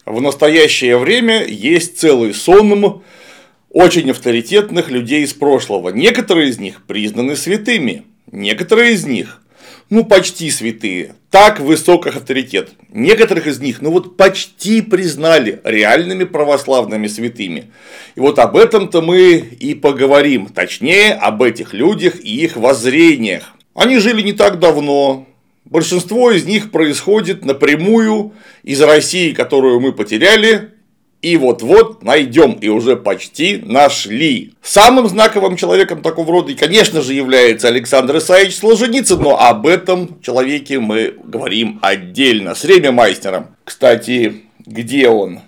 в настоящее время есть целый сон очень авторитетных людей из прошлого. Некоторые из них признаны святыми, некоторые из них, почти святые, так высок их авторитет. Некоторых из них, почти признали реальными православными святыми. И вот об этом-то мы и поговорим, точнее, об этих людях и их воззрениях. Они жили не так давно. Большинство из них происходит напрямую из России, которую мы потеряли, и вот-вот найдем, и уже почти нашли. Самым знаковым человеком такого рода, конечно же, является Александр Исаевич Солженицын, но об этом человеке мы говорим отдельно, с Ремемайстером. Кстати, где он?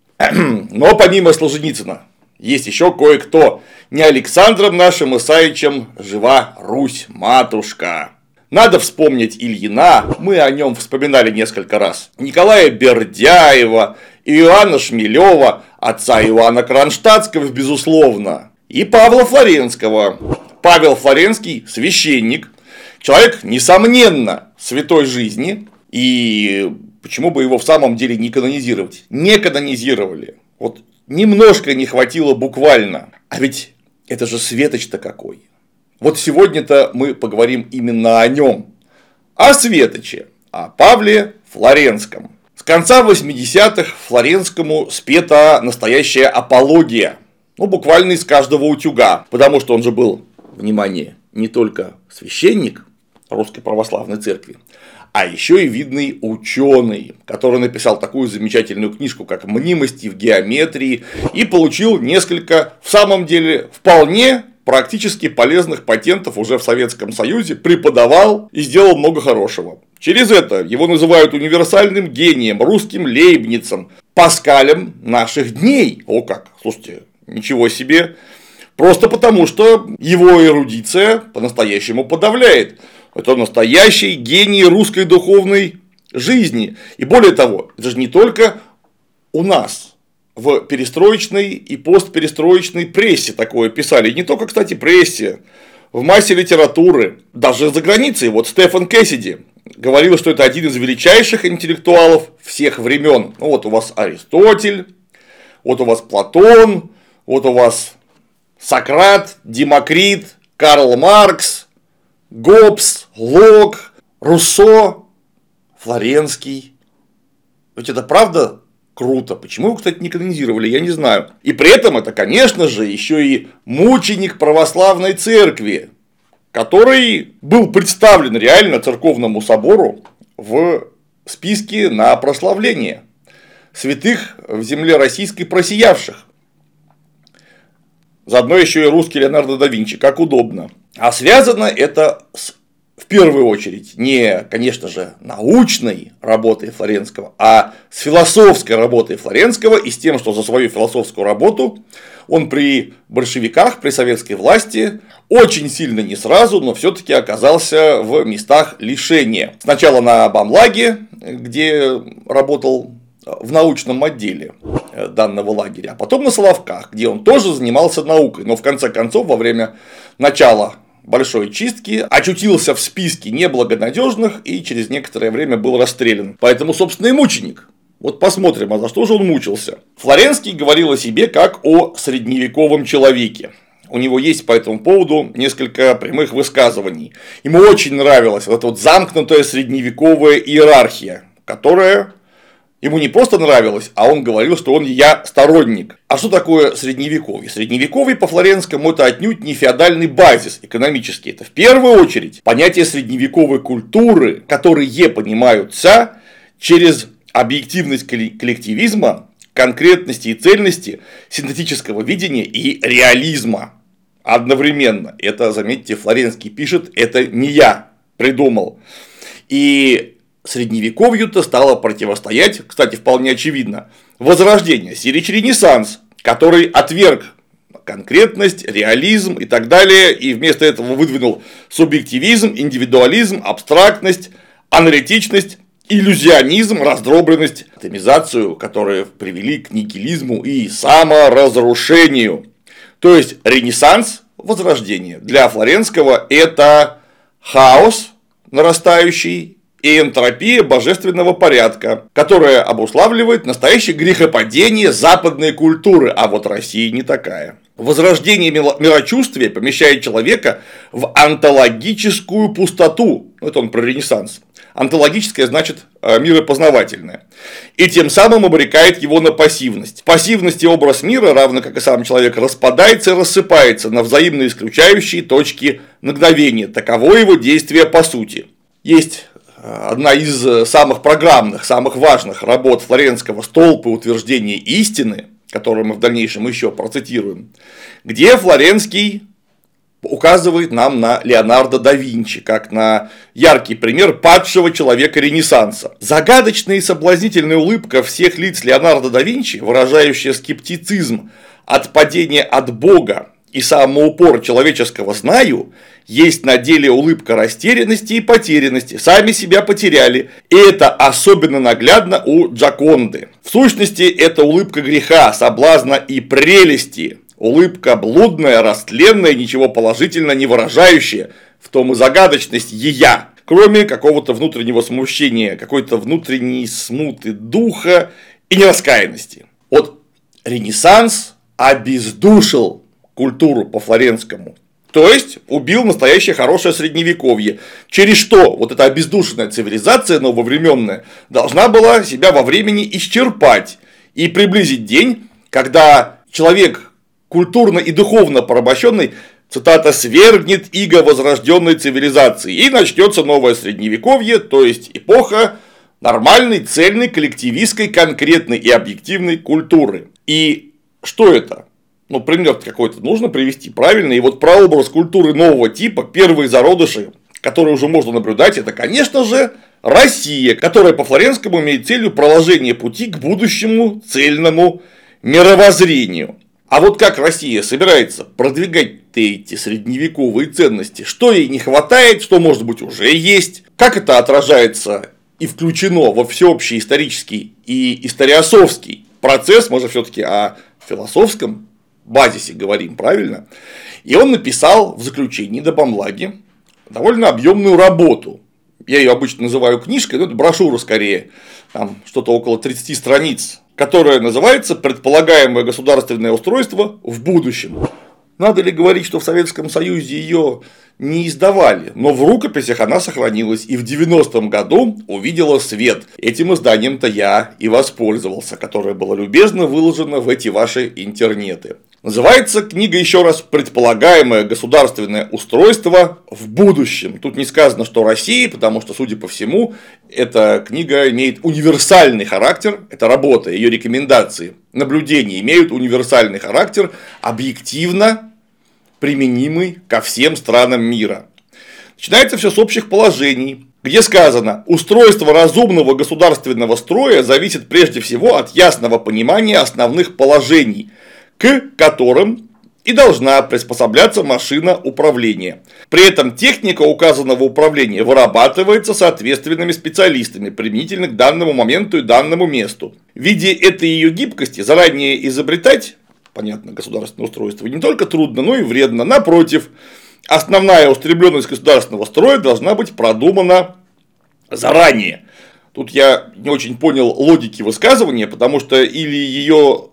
Но помимо Солженицына есть еще кое-кто. Не Александром нашим Исаевичем жива Русь-матушка. Надо вспомнить Ильина, мы о нем вспоминали несколько раз. Николая Бердяева, Иоанна Шмелева, отца Иоанна Кронштадтского, безусловно, и Павла Флоренского. Павел Флоренский – священник, человек, несомненно, святой жизни, и почему бы его в самом деле не канонизировать? Не канонизировали. Вот немножко не хватило буквально. А ведь это же светоч-то какой. Вот сегодня-то мы поговорим именно о нем. О светоче, о Павле Флоренском. С конца 80-х Флоренскому спета настоящая апология. Буквально из каждого утюга. Потому что он же был, внимание, не только священник Русской Православной Церкви, а еще и видный ученый, который написал такую замечательную книжку, как «Мнимости в геометрии», и получил несколько, в самом деле, вполне практически полезных патентов уже в Советском Союзе, преподавал и сделал много хорошего. Через это его называют универсальным гением, русским Лейбницем, Паскалем наших дней. О как, слушайте, ничего себе. Просто потому, что его эрудиция по-настоящему подавляет. Это настоящий гений русской духовной жизни. И более того, это же не только у нас. В перестроечной и постперестроечной прессе такое писали. И не только, кстати, прессе, в массе литературы, даже за границей. Вот Стефан Кэссиди говорил, что это один из величайших интеллектуалов всех времен. Вот у вас Аристотель, вот у вас Платон, вот у вас Сократ, Демокрит, Карл Маркс, Гоббс, Лок, Руссо, Флоренский. Ведь это правда? Круто. Почему его, кстати, не канонизировали, я не знаю. И при этом это, конечно же, еще и мученик православной церкви, который был представлен реально церковному собору в списке на прославление святых в земле российской просиявших. Заодно еще и русский Леонардо да Винчи, как удобно. А связано это в первую очередь не, конечно же, научной работой Флоренского, а с философской работой Флоренского и с тем, что за свою философскую работу он при большевиках, при советской власти очень сильно не сразу, но все-таки оказался в местах лишения. Сначала на Бамлаге, где работал в научном отделе данного лагеря, а потом на Соловках, где он тоже занимался наукой, но в конце концов во время начала большой чистки очутился в списке неблагонадежных и через некоторое время был расстрелян. Поэтому, собственно, и мученик. Вот посмотрим, а за что же он мучился. Флоренский говорил о себе как о средневековом человеке. У него есть по этому поводу несколько прямых высказываний. Ему очень нравилась вот эта вот замкнутая средневековая иерархия, которая ему не просто нравилась, а он говорил, что я сторонник. А что такое средневековье? Средневековье по Флоренскому это отнюдь не феодальный базис экономический. Это в первую очередь понятие средневековой культуры, которые понимаются через объективность коллективизма, конкретности и цельности, синтетического видения и реализма. Одновременно. Это, заметьте, Флоренский пишет, это не я придумал. И Средневековью-то стало противостоять, кстати, вполне очевидно, Возрождение, сирич Ренессанс, который отверг конкретность, реализм и так далее, и вместо этого выдвинул субъективизм, индивидуализм, абстрактность, аналитичность, иллюзионизм, раздробленность, атомизацию, которые привели к нигилизму и саморазрушению. То есть Ренессанс, Возрождение для Флоренского это хаос нарастающий и энтропия божественного порядка, которая обуславливает настоящее грехопадение западной культуры, а вот Россия не такая. Возрождение мирочувствия помещает человека в онтологическую пустоту. Это он про Ренессанс. Онтологическое значит миропознавательное. И тем самым обрекает его на пассивность. В пассивности образ мира, равно как и сам человек, распадается и рассыпается на взаимно исключающие точки нагновения. Таково его действие по сути. Есть одна из самых программных, самых важных работ Флоренского «Столпы утверждения истины», которую мы в дальнейшем еще процитируем, где Флоренский указывает нам на Леонардо да Винчи, как на яркий пример падшего человека Ренессанса. Загадочная и соблазнительная улыбка всех лиц Леонардо да Винчи, выражающая скептицизм от падения от Бога и самоупор человеческого знаю, есть на деле улыбка растерянности и потерянности, сами себя потеряли, и это особенно наглядно у Джоконды. В сущности, это улыбка греха, соблазна и прелести. Улыбка блудная, растленная, ничего положительно не выражающая, в том и загадочность ея, кроме какого-то внутреннего смущения, какой-то внутренней смуты духа и нераскаянности. Вот Ренессанс обездушил культуру по Флоренскому, то есть убил настоящее хорошее средневековье, через что вот эта обездушенная цивилизация нововременная должна была себя во времени исчерпать и приблизить день, когда человек культурно и духовно порабощенный, цитата, свергнет иго возрожденной цивилизации, и начнется новое средневековье, то есть эпоха нормальной, цельной, коллективистской, конкретной и объективной культуры. И что это? Ну, пример какой-то нужно привести правильный. И вот прообраз культуры нового типа, первые зародыши, которые уже можно наблюдать, это, конечно же, Россия, которая по Флоренскому имеет целью проложение пути к будущему цельному мировоззрению. А вот как Россия собирается продвигать эти средневековые ценности? Что ей не хватает, что, может быть, уже есть? Как это отражается и включено во всеобщий исторический и историосовский процесс? Мы же все-таки о философском базисе говорим, правильно? И он написал в заключении до Бамлаги довольно объемную работу. Я ее обычно называю книжкой, но это брошюра скорее, там что-то около 30 страниц, которая называется «Предполагаемое государственное устройство в будущем». Надо ли говорить, что в Советском Союзе ее не издавали, но в рукописях она сохранилась и в 90-м году увидела свет. Этим изданием-то я и воспользовался, которое было любезно выложено в эти ваши интернеты. Называется книга, еще раз, «Предполагаемое государственное устройство в будущем». Тут не сказано, что Россия, потому что, судя по всему, эта книга имеет универсальный характер, это работа, ее рекомендации, наблюдения имеют универсальный характер, объективно применимый ко всем странам мира. Начинается все с общих положений, где сказано: устройство разумного государственного строя зависит прежде всего от ясного понимания основных положений, к которым и должна приспосабляться машина управления. При этом техника указанного управления вырабатывается соответственными специалистами, применительно к данному моменту и данному месту. В виде этой ее гибкости заранее изобретать, понятно, государственное устройство не только трудно, но и вредно. Напротив, основная устремленность государственного строя должна быть продумана заранее. Тут я не очень понял логики высказывания, потому что или ее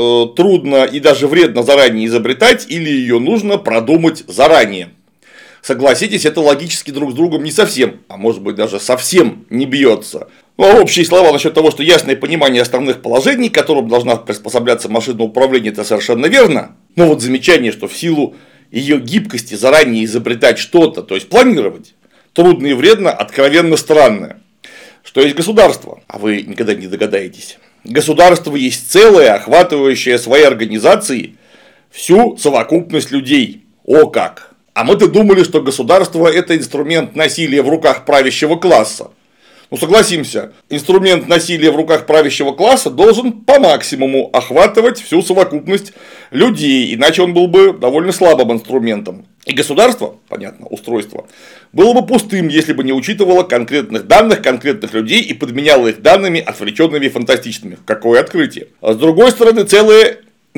трудно и даже вредно заранее изобретать, или ее нужно продумать заранее. Согласитесь, это логически друг с другом не совсем, а может быть даже совсем не бьется. Но общие слова насчет того, что ясное понимание основных положений, к которым должна приспосабляться машина управления, это совершенно верно. Но вот замечание, что в силу ее гибкости заранее изобретать что-то, то есть планировать, трудно и вредно, откровенно странное. Что есть государство? А вы никогда не догадаетесь. Государство есть целое, охватывающее своей организацией всю совокупность людей. О как! А мы-то думали, что государство – это инструмент насилия в руках правящего класса. Ну, согласимся, инструмент насилия в руках правящего класса должен по максимуму охватывать всю совокупность людей, иначе он был бы довольно слабым инструментом. И государство, понятно, устройство, было бы пустым, если бы не учитывало конкретных данных, конкретных людей и подменяло их данными, отвлеченными и фантастичными. Какое открытие! А с другой стороны, целое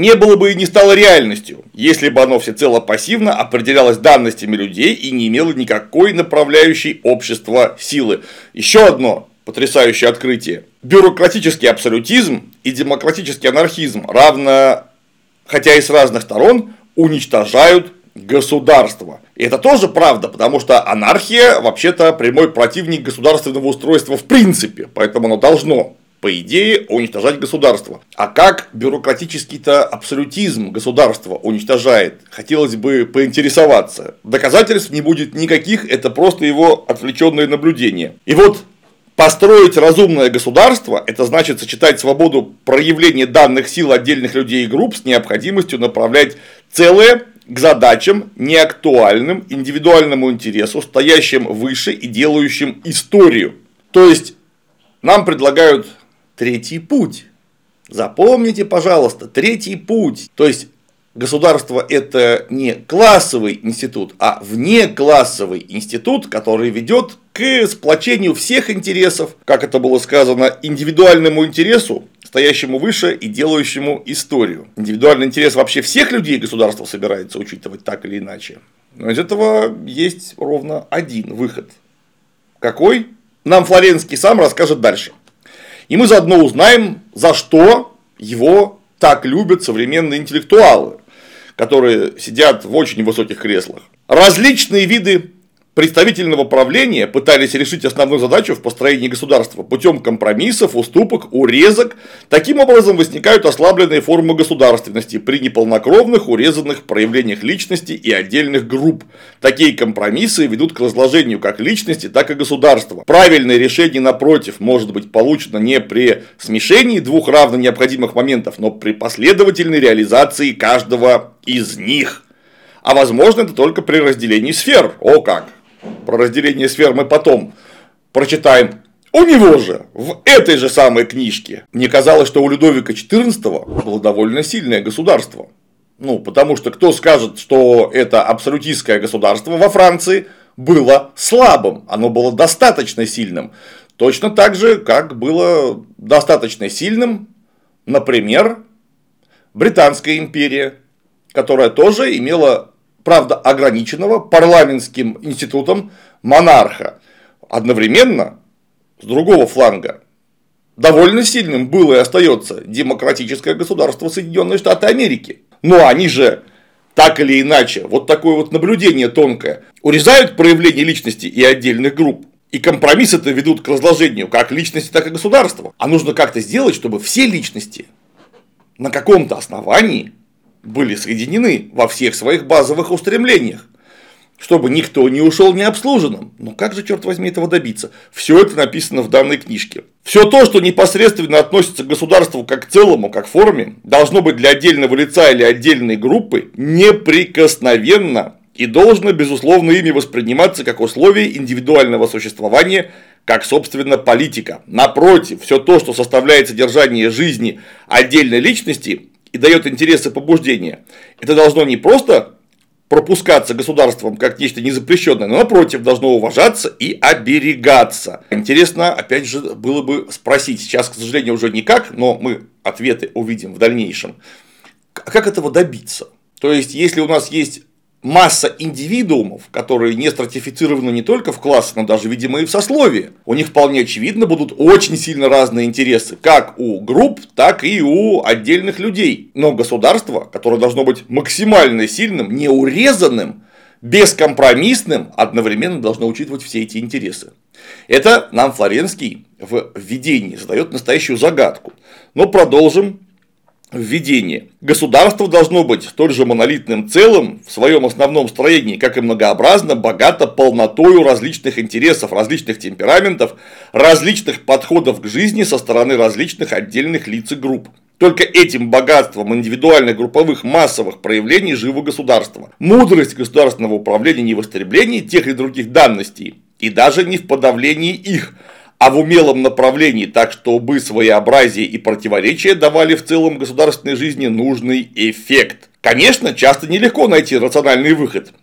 не было бы и не стало реальностью, если бы оно всецело пассивно определялось данностями людей и не имело никакой направляющей общество силы. Еще одно потрясающее открытие. Бюрократический абсолютизм и демократический анархизм, равно, хотя и с разных сторон, уничтожают государство. И это тоже правда, потому что анархия вообще-то прямой противник государственного устройства в принципе, поэтому оно должно, по идее, уничтожать государство. А как бюрократический-то абсолютизм государства уничтожает? Хотелось бы поинтересоваться. Доказательств не будет никаких, это просто его отвлеченные наблюдения. И вот построить разумное государство – это значит сочетать свободу проявления данных сил отдельных людей и групп с необходимостью направлять целое к задачам, неактуальным индивидуальному интересу, стоящим выше и делающим историю. То есть, нам предлагают третий путь. Запомните, пожалуйста, третий путь. То есть, государство – это не классовый институт, а внеклассовый институт, который ведет к сплочению всех интересов, как это было сказано, индивидуальному интересу, стоящему выше и делающему историю. Индивидуальный интерес вообще всех людей государство собирается учитывать так или иначе. Но из этого есть ровно один выход. Какой? Нам Флоренский сам расскажет дальше. И мы заодно узнаем, за что его так любят современные интеллектуалы, которые сидят в очень высоких креслах. Различные виды представительного правления пытались решить основную задачу в построении государства путем компромиссов, уступок, урезок. Таким образом возникают ослабленные формы государственности при неполнокровных, урезанных проявлениях личности и отдельных групп. Такие компромиссы ведут к разложению как личности, так и государства. Правильное решение, напротив, может быть получено не при смешении двух равно необходимых моментов, но при последовательной реализации каждого из них. А возможно это только при разделении сфер. О как! Про разделение сфер мы потом прочитаем у него же, в этой же самой книжке. Мне казалось, что у Людовика XIV было довольно сильное государство. Потому что кто скажет, что это абсолютистское государство во Франции было слабым, оно было достаточно сильным. Точно так же, как было достаточно сильным, например, Британская империя, которая тоже имела, правда, ограниченного парламентским институтом монарха. Одновременно, с другого фланга, довольно сильным было и остается демократическое государство Соединенные Штаты Америки. Но они же так или иначе, вот такое вот наблюдение тонкое, урезают проявление личности и отдельных групп. И компромиссы-то ведут к разложению как личности, так и государства. А нужно как-то сделать, чтобы все личности на каком-то основании были соединены во всех своих базовых устремлениях, чтобы никто не ушел необслуженным. Но как же, черт возьми, этого добиться? Все это написано в данной книжке. Все то, что непосредственно относится к государству как к целому, как к форме, должно быть для отдельного лица или отдельной группы неприкосновенно и должно, безусловно, ими восприниматься как условие индивидуального существования, как, собственно, политика. Напротив, все то, что составляет содержание жизни отдельной личности и дает интересы побуждения, это должно не просто пропускаться государством как нечто незапрещенное, но напротив должно уважаться и оберегаться. Интересно, опять же, было бы спросить, сейчас, к сожалению, уже никак, но мы ответы увидим в дальнейшем, как этого добиться? То есть, если у нас есть масса индивидуумов, которые не стратифицированы не только в классы, но даже, видимо, и в сословии. У них вполне очевидно будут очень сильно разные интересы, как у групп, так и у отдельных людей. Но государство, которое должно быть максимально сильным, неурезанным, бескомпромиссным, одновременно должно учитывать все эти интересы. Это нам Флоренский в введении задает настоящую загадку. Но продолжим. Введение. Государство должно быть столь же монолитным целым в своем основном строении, как и многообразно, богато полнотою различных интересов, различных темпераментов, различных подходов к жизни со стороны различных отдельных лиц и групп. Только этим богатством индивидуальных, групповых, массовых проявлений живо государство. Мудрость государственного управления не в истреблении тех и других данностей, и даже не в подавлении их, а в умелом направлении, так чтобы своеобразие и противоречия давали в целом государственной жизни нужный эффект. Конечно, часто нелегко найти рациональный выход.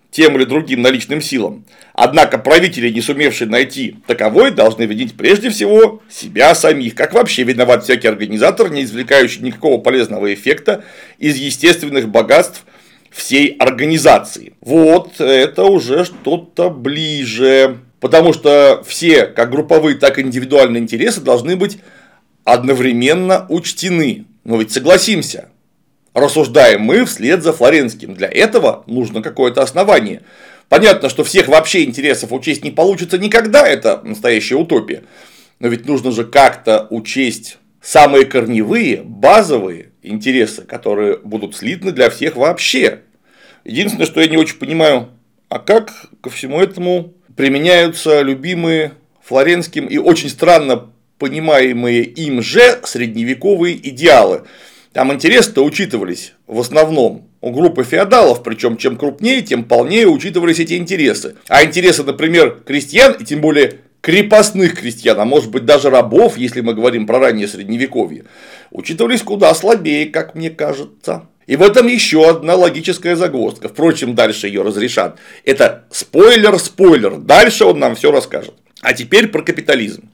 тем или другим наличным силам. Однако правители, не сумевшие найти таковой, должны винить прежде всего себя самих. Как вообще виноват всякий организатор, не извлекающий никакого полезного эффекта из естественных богатств всей организации. Вот это уже что-то ближе. Потому что все, как групповые, так и индивидуальные интересы должны быть одновременно учтены. Но ведь согласимся, рассуждаем мы вслед за Флоренским. Для этого нужно какое-то основание. Понятно, что всех вообще интересов учесть не получится никогда, это настоящая утопия. Но ведь нужно же как-то учесть самые корневые, базовые интересы, которые будут слитны для всех вообще. Единственное, что я не очень понимаю, а как ко всему этому применяются любимые Флоренским и очень странно понимаемые им же средневековые идеалы. Там интересы-то учитывались в основном у группы феодалов, причем чем крупнее, тем полнее учитывались эти интересы. А интересы, например, крестьян, и тем более крепостных крестьян, а может быть даже рабов, если мы говорим про раннее средневековье, учитывались куда слабее, как мне кажется. И в этом еще одна логическая загвоздка. Впрочем, дальше ее разрешат. Это спойлер. Дальше он нам все расскажет. А теперь про капитализм.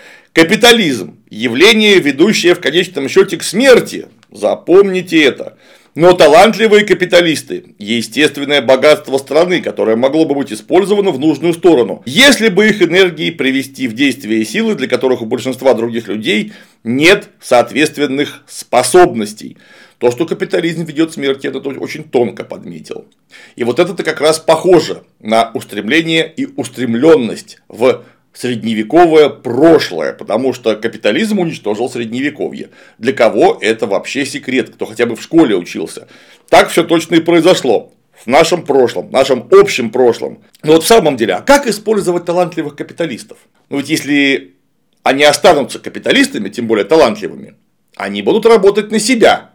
Капитализм – явление, ведущее в конечном счете к смерти. Запомните это. Но талантливые капиталисты – естественное богатство страны, которое могло бы быть использовано в нужную сторону, если бы их энергии привести в действие силы, для которых у большинства других людей нет соответственных способностей. То, что капитализм ведет к смерти, это очень тонко подметил. И вот это-то как раз похоже на устремление и устремленность в средневековое прошлое, потому что капитализм уничтожил средневековье. Для кого это вообще секрет, кто хотя бы в школе учился. Так все точно и произошло в нашем прошлом, в нашем общем прошлом. Но вот в самом деле, а как использовать талантливых капиталистов? Ну ведь если они останутся капиталистами, тем более талантливыми, они будут работать на себя,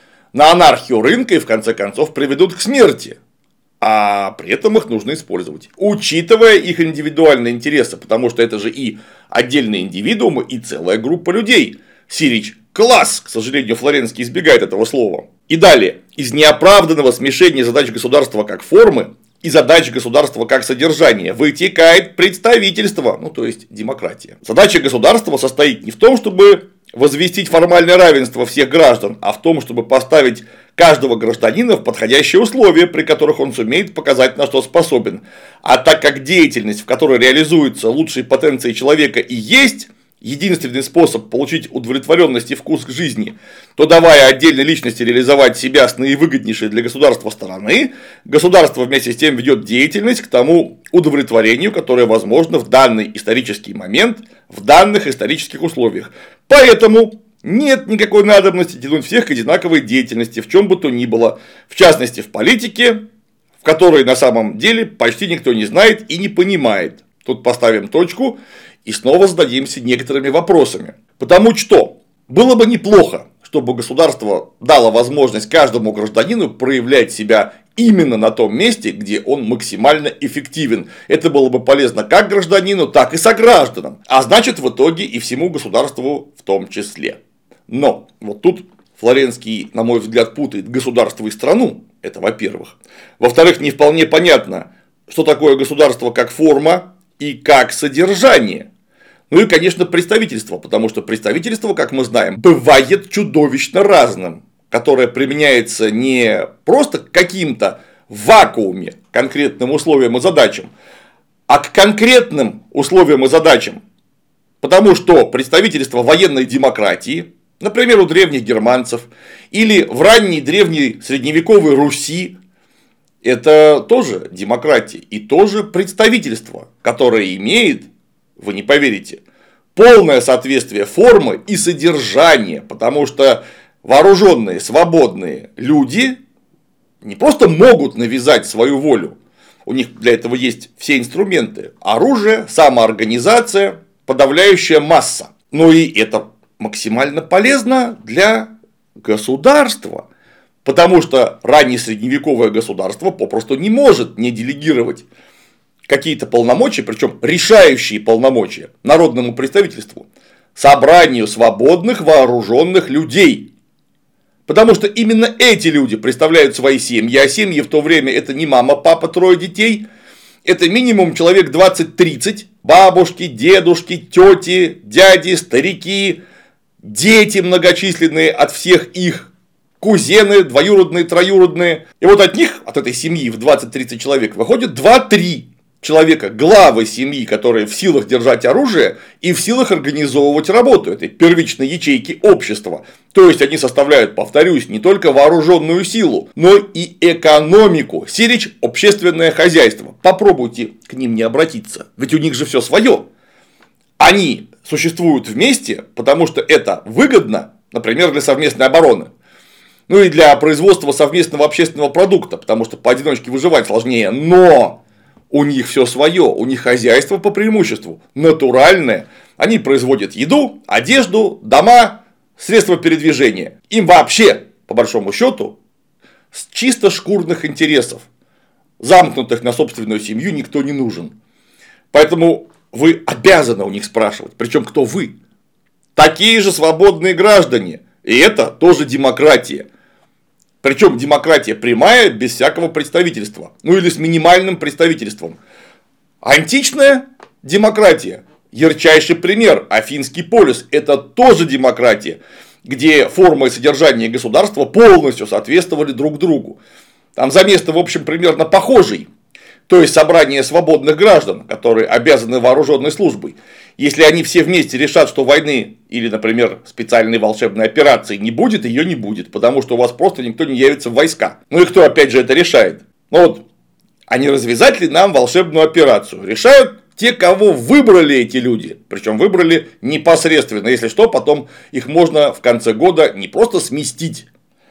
на анархию рынка и в конце концов приведут к смерти. А при этом их нужно использовать, учитывая их индивидуальные интересы, потому что это же и отдельные индивидуумы, и целая группа людей. Сирич класс, к сожалению, Флоренский избегает этого слова. И далее, из неоправданного смешения задач государства как формы и задач государства как содержания вытекает представительство, ну то есть демократия. Задача государства состоит не в том, чтобы возвестить формальное равенство всех граждан, а в том, чтобы поставить каждого гражданина в подходящие условия, при которых он сумеет показать, на что способен. А так как деятельность, в которой реализуются лучшие потенции человека, и есть единственный способ получить удовлетворенность и вкус к жизни, то давая отдельной личности реализовать себя с наивыгоднейшей для государства стороны, государство вместе с тем ведет деятельность к тому удовлетворению, которое возможно в данный исторический момент, в данных исторических условиях. Поэтому нет никакой надобности тянуть всех к одинаковой деятельности, в чем бы то ни было, в частности в политике, в которой на самом деле почти никто не знает и не понимает. Тут поставим точку и снова зададимся некоторыми вопросами. Потому что было бы неплохо, чтобы государство дало возможность каждому гражданину проявлять себя именно на том месте, где он максимально эффективен. Это было бы полезно как гражданину, так и согражданам. А значит, в итоге и всему государству в том числе. Но вот тут Флоренский, на мой взгляд, путает государство и страну. Это во-первых. Во-вторых, не вполне понятно, что такое государство как форма и как содержание. Ну и, конечно, представительство, потому что представительство, как мы знаем, бывает чудовищно разным, которое применяется не просто к каким-то в вакууме конкретным условиям и задачам, а к конкретным условиям и задачам. Потому что представительство военной демократии, например, у древних германцев, или в ранней древней средневековой Руси, это тоже демократия и тоже представительство, которое имеет, вы не поверите, полное соответствие формы и содержания, потому что вооруженные, свободные люди не просто могут навязать свою волю, у них для этого есть все инструменты: оружие, самоорганизация, подавляющая масса. Но и это максимально полезно для государства. Потому что раннее средневековое государство попросту не может не делегировать какие-то полномочия, причем решающие полномочия, народному представительству, собранию свободных вооруженных людей. Потому что именно эти люди представляют свои семьи, а семьи в то время это не мама, папа, трое детей, это минимум человек 20-30, бабушки, дедушки, тети, дяди, старики, дети многочисленные от всех их, кузены, двоюродные, троюродные. И вот от них, от этой семьи в 20-30 человек, выходит 2-3 человека, главы семьи, которые в силах держать оружие и в силах организовывать работу этой первичной ячейки общества. То есть они составляют, повторюсь, не только вооруженную силу, но и экономику, сирич общественное хозяйство. Попробуйте к ним не обратиться, ведь у них же все свое. Они существуют вместе, потому что это выгодно, например, для совместной обороны. Ну и для производства совместного общественного продукта, потому что поодиночке выживать сложнее, но у них все свое, у них хозяйство по преимуществу натуральное. Они производят еду, одежду, дома, средства передвижения. Им вообще, по большому счету, с чисто шкурных интересов, замкнутых на собственную семью, никто не нужен. Поэтому вы обязаны у них спрашивать, причем кто вы. Такие же свободные граждане. И это тоже демократия. Причем демократия прямая, без всякого представительства. Ну или с минимальным представительством. Античная демократия. Ярчайший пример. Афинский полис. Это тоже демократия. Где форма и содержание государства полностью соответствовали друг другу. Там замес-то, в общем, примерно похожий. То есть собрание свободных граждан, которые обязаны вооруженной службой. Если они все вместе решат, что войны или, например, специальной волшебной операции не будет, ее не будет, потому что у вас просто никто не явится в войска. Ну и кто опять же это решает? Ну вот, а не развязать ли нам волшебную операцию? Решают те, кого выбрали эти люди. Причем выбрали непосредственно. Если что, потом их можно в конце года не просто сместить.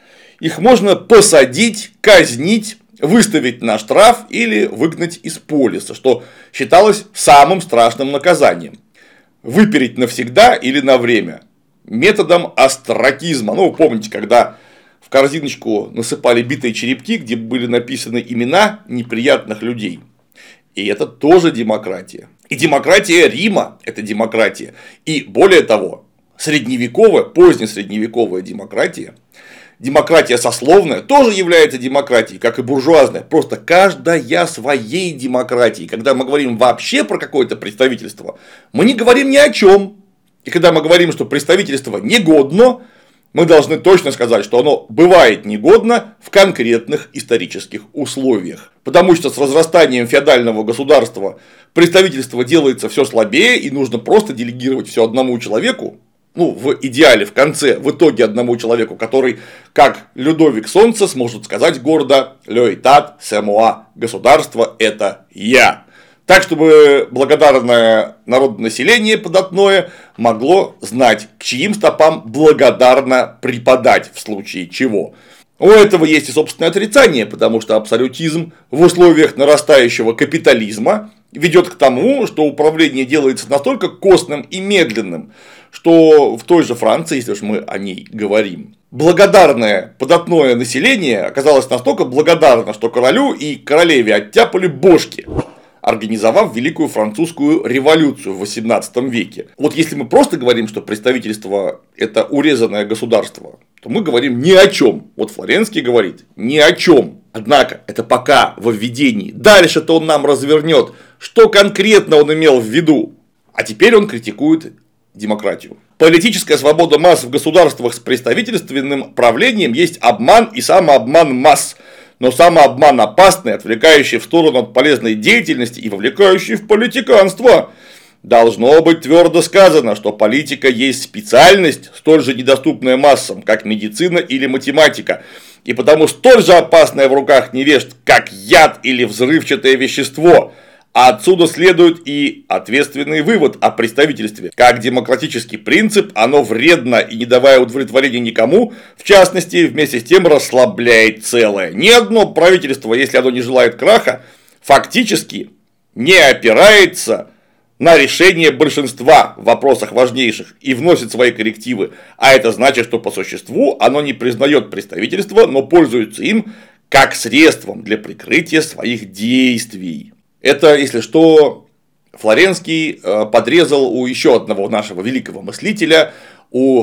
Их можно посадить, казнить, выставить на штраф или выгнать из полиса, что считалось самым страшным наказанием. Выпереть навсегда или на время. Методом остракизма. Ну, вы помните, когда в корзиночку насыпали битые черепки, где были написаны имена неприятных людей. И это тоже демократия. И демократия Рима – это демократия. И более того, средневековая, позднесредневековая демократия, демократия сословная тоже является демократией, как и буржуазная. Просто каждая своей демократией. Когда мы говорим вообще про какое-то представительство, мы не говорим ни о чем. И когда мы говорим, что представительство негодно, мы должны точно сказать, что оно бывает негодно в конкретных исторических условиях. Потому что с разрастанием феодального государства представительство делается все слабее, и нужно просто делегировать все одному человеку. Ну, в идеале, в конце, в итоге одному человеку, который, как Людовик Солнце, сможет сказать гордо: «Le État, c'est moi», государство – это я. Так, чтобы благодарное народонаселение податное могло знать, к чьим стопам благодарно преподать в случае чего. У этого есть и собственное отрицание, потому что абсолютизм в условиях нарастающего капитализма ведет к тому, что управление делается настолько костным и медленным, что в той же Франции, если уж мы о ней говорим, благодарное податное население оказалось настолько благодарно, что королю и королеве оттяпали бошки, организовав Великую Французскую революцию в XVIII веке. Вот если мы просто говорим, что представительство – это урезанное государство, то мы говорим ни о чем. Вот Флоренский говорит ни о чем. Однако это пока во введении. Дальше-то он нам развернет, что конкретно он имел в виду. А теперь он критикует демократию. Политическая свобода масс в государствах с представительственным правлением есть обман и самообман масс. Но самообман опасный, отвлекающий в сторону от полезной деятельности и вовлекающий в политиканство. Должно быть твердо сказано, что политика есть специальность, столь же недоступная массам, как медицина или математика, и потому столь же опасная в руках невежд, как яд или взрывчатое вещество. А отсюда следует и ответственный вывод о представительстве. Как демократический принцип, оно вредно и, не давая удовлетворения никому, в частности, вместе с тем расслабляет целое. Ни одно правительство, если оно не желает краха, фактически не опирается на решение большинства в вопросах важнейших и вносит свои коррективы. А это значит, что по существу оно не признает представительство, но пользуется им как средством для прикрытия своих действий. Это, если что, Флоренский подрезал у еще одного нашего великого мыслителя, у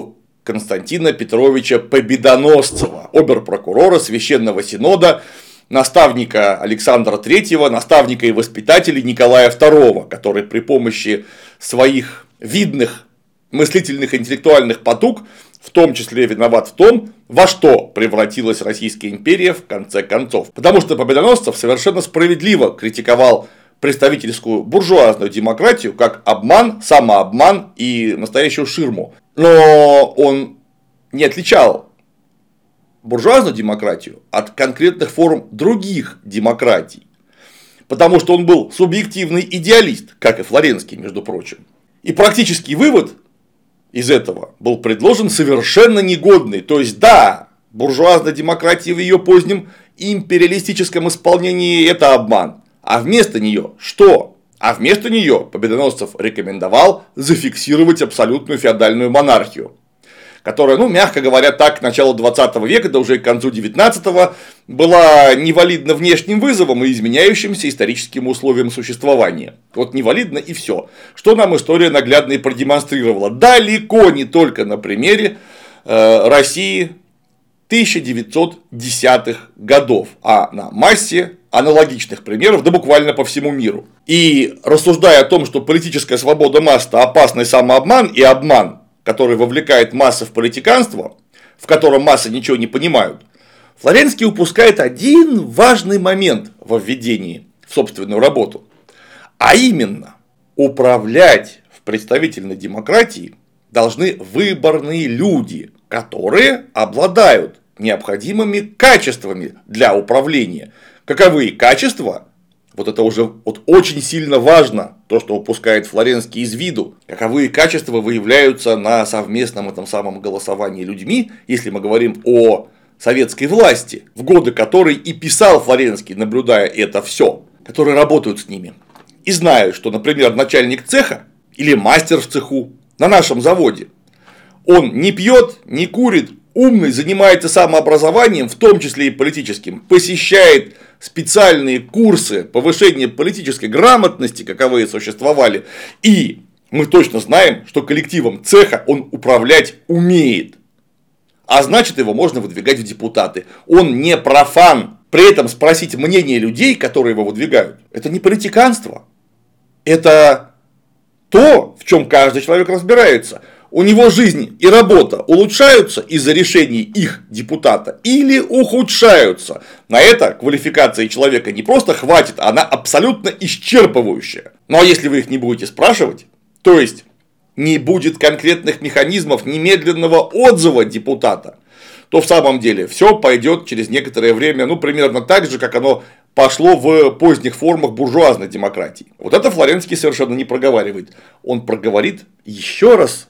Константина Петровича Победоносцева, обер-прокурора Священного Синода, наставника Александра III, наставника и воспитателя Николая II, который при помощи своих видных мыслительных интеллектуальных потуг в том числе виноват в том, во что превратилась Российская империя в конце концов. Потому что Победоносцев совершенно справедливо критиковал представительскую буржуазную демократию как обман, самообман и настоящую ширму. Но он не отличал буржуазную демократию от конкретных форм других демократий. Потому что он был субъективный идеалист, как и Флоренский, между прочим. И практический вывод из этого был предложен совершенно негодный. То есть, да, буржуазная демократия в ее позднем империалистическом исполнении – это обман. А вместо нее что? А вместо нее Победоносцев рекомендовал зафиксировать абсолютную феодальную монархию, которая, мягко говоря, так к началу 20 века, да уже к концу 19-го, была невалидна внешним вызовом и изменяющимся историческим условиям существования. Вот невалидно и все. Что нам история наглядно и продемонстрировала. Далеко не только на примере России 1910-х годов, а на массе аналогичных примеров, да буквально по всему миру. И рассуждая о том, что политическая свобода масс – это опасный самообман и обман, который вовлекает массы в политиканство, в котором массы ничего не понимают, Флоренский упускает один важный момент во введении в собственную работу. А именно, управлять в представительной демократии должны выборные люди, которые обладают необходимыми качествами для управления. Каковы качества? Вот это уже очень сильно важно, то, что упускает Флоренский из виду. Каковые качества выявляются на совместном этом самом голосовании людьми, если мы говорим о советской власти, в годы которой и писал Флоренский, наблюдая это все, которые работают с ними. И знают, что, например, начальник цеха или мастер в цеху на нашем заводе, он не пьет, не курит, умный, занимается самообразованием, в том числе и политическим, посещает специальные курсы повышения политической грамотности, каковые существовали, и мы точно знаем, что коллективом цеха он управлять умеет, а значит, его можно выдвигать в депутаты. Он не профан. При этом спросить мнение людей, которые его выдвигают, это не политиканство, это то, в чем каждый человек разбирается. У него жизнь и работа улучшаются из-за решений их депутата или ухудшаются. На это квалификации человека не просто хватит, она абсолютно исчерпывающая. Ну а если вы их не будете спрашивать, то есть не будет конкретных механизмов немедленного отзыва депутата, то в самом деле все пойдет через некоторое время, примерно так же, как оно пошло в поздних формах буржуазной демократии. Вот это Флоренский совершенно не проговаривает. Он проговорит еще раз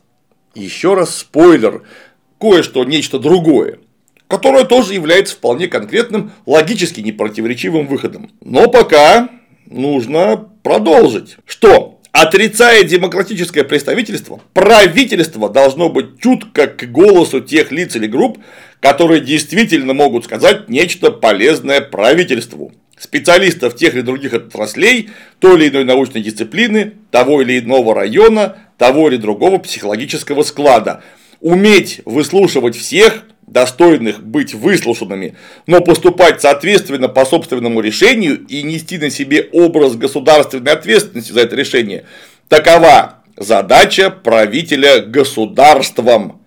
спойлер, кое-что, нечто другое, которое тоже является вполне конкретным, логически непротиворечивым выходом. Но пока нужно продолжить. Что? Отрицая демократическое представительство, правительство должно быть чутко к голосу тех лиц или групп, которые действительно могут сказать нечто полезное правительству. Специалистов тех или других отраслей, той или иной научной дисциплины, того или иного района, того или другого психологического склада. Уметь выслушивать всех, достойных быть выслушанными, но поступать соответственно по собственному решению и нести на себе образ государственной ответственности за это решение. Такова задача правителя государством.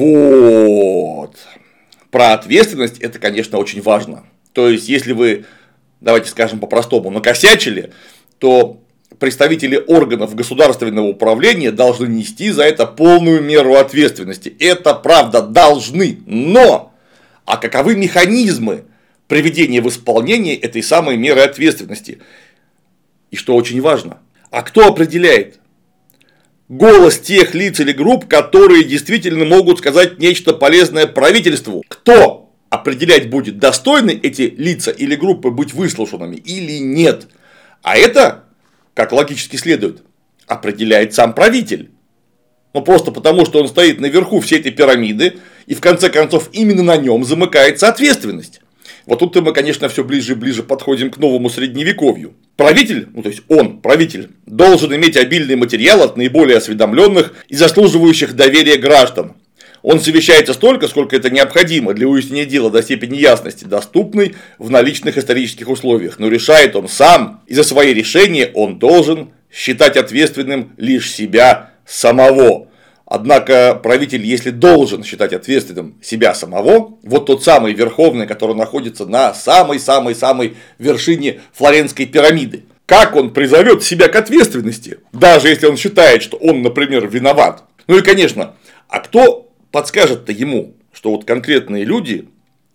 Вот. Про ответственность это, конечно, очень важно. То есть, если вы, давайте скажем по-простому, накосячили, то представители органов государственного управления должны нести за это полную меру ответственности. Это правда должны, но а каковы механизмы приведения в исполнение этой самой меры ответственности? И что очень важно, а кто определяет голос тех лиц или групп, которые действительно могут сказать нечто полезное правительству? Кто определять будет, достойны эти лица или группы быть выслушанными или нет? А это, как логически следует, определяет сам правитель. Просто потому, что он стоит наверху всей этой пирамиды, и в конце концов именно на нем замыкается ответственность. Вот тут мы, конечно, все ближе и ближе подходим к новому средневековью. Правитель, то есть он, правитель, должен иметь обильный материал от наиболее осведомленных и заслуживающих доверия граждан. Он совещается столько, сколько это необходимо для уяснения дела до степени ясности, доступной в наличных исторических условиях. Но решает он сам, и за свои решения он должен считать ответственным лишь себя самого. Однако правитель, если должен считать ответственным себя самого, вот тот самый верховный, который находится на самой-самой-самой вершине Флоренской пирамиды, как он призовет себя к ответственности, даже если он считает, что он, например, виноват? Ну и, конечно, а кто подскажет-то ему, что вот конкретные люди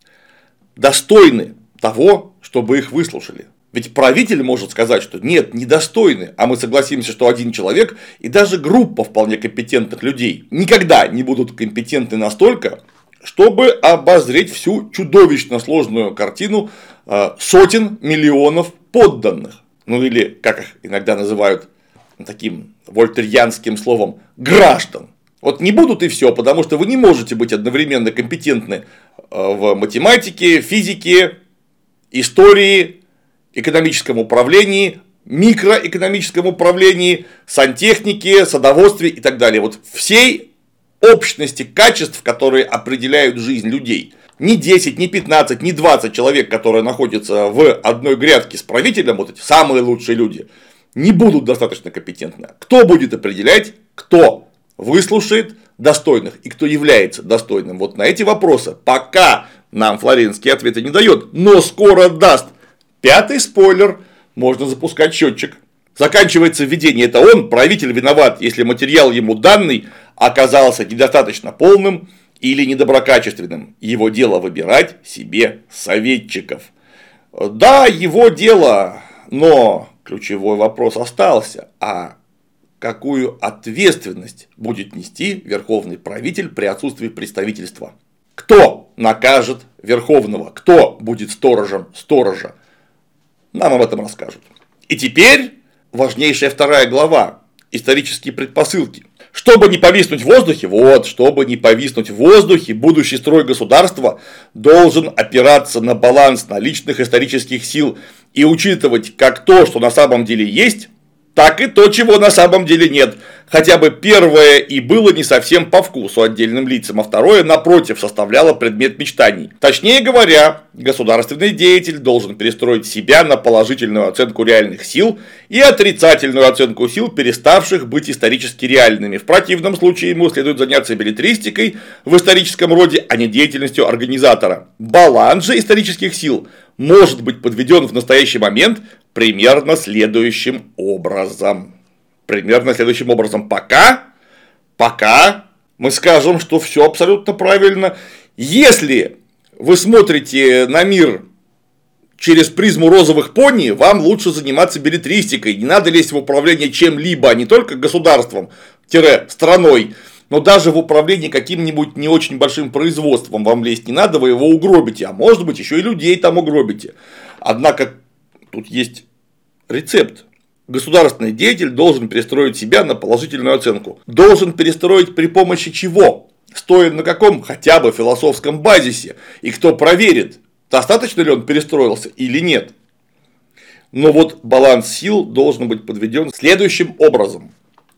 достойны того, чтобы их выслушали? Ведь правитель может сказать, что нет, недостойны, а мы согласимся, что один человек и даже группа вполне компетентных людей никогда не будут компетентны настолько, чтобы обозреть всю чудовищно сложную картину сотен миллионов подданных. Ну или, как их иногда называют таким вольтерьянским словом, граждан. Вот не будут и все, потому что вы не можете быть одновременно компетентны в математике, физике, истории, экономическом управлении, микроэкономическом управлении, сантехнике, садоводстве и так далее. Вот всей общности качеств, которые определяют жизнь людей. Ни 10, ни 15, ни 20 человек, которые находятся в одной грядке с правителем, вот эти самые лучшие люди, не будут достаточно компетентны. Кто будет определять, кто выслушает достойных и кто является достойным? Вот на эти вопросы пока нам Флоренский ответы не дает, но скоро даст. Пятый спойлер, можно запускать счетчик. Заканчивается введение, это он, правитель, виноват, если материал ему данный оказался недостаточно полным или недоброкачественным. Его дело выбирать себе советчиков. Да, его дело, но ключевой вопрос остался. А какую ответственность будет нести верховный правитель при отсутствии представительства? Кто накажет верховного? Кто будет сторожем сторожа? Нам об этом расскажут. И теперь важнейшая вторая глава. Исторические предпосылки. Чтобы не повиснуть в воздухе, будущий строй государства должен опираться на баланс наличных исторических сил и учитывать как то, что на самом деле есть, так и то, чего на самом деле нет. Хотя бы первое и было не совсем по вкусу отдельным лицам, а второе, напротив, составляло предмет мечтаний. Точнее говоря, государственный деятель должен перестроить себя на положительную оценку реальных сил и отрицательную оценку сил, переставших быть исторически реальными. В противном случае ему следует заняться беллетристикой в историческом роде, а не деятельностью организатора. Баланс же исторических сил может быть подведен в настоящий момент примерно следующим образом. Пока мы скажем, что все абсолютно правильно. Если вы смотрите на мир через призму розовых пони, вам лучше заниматься беллетристикой. Не надо лезть в управление чем-либо, не только государством, страной, но даже в управлении каким-нибудь не очень большим производством вам лезть не надо, вы его угробите, а может быть еще и людей там угробите. Однако тут есть рецепт. Государственный деятель должен перестроить себя на положительную оценку. Должен перестроить при помощи чего? Стоя на каком хотя бы философском базисе? И кто проверит, достаточно ли он перестроился или нет? Но вот баланс сил должен быть подведен следующим образом.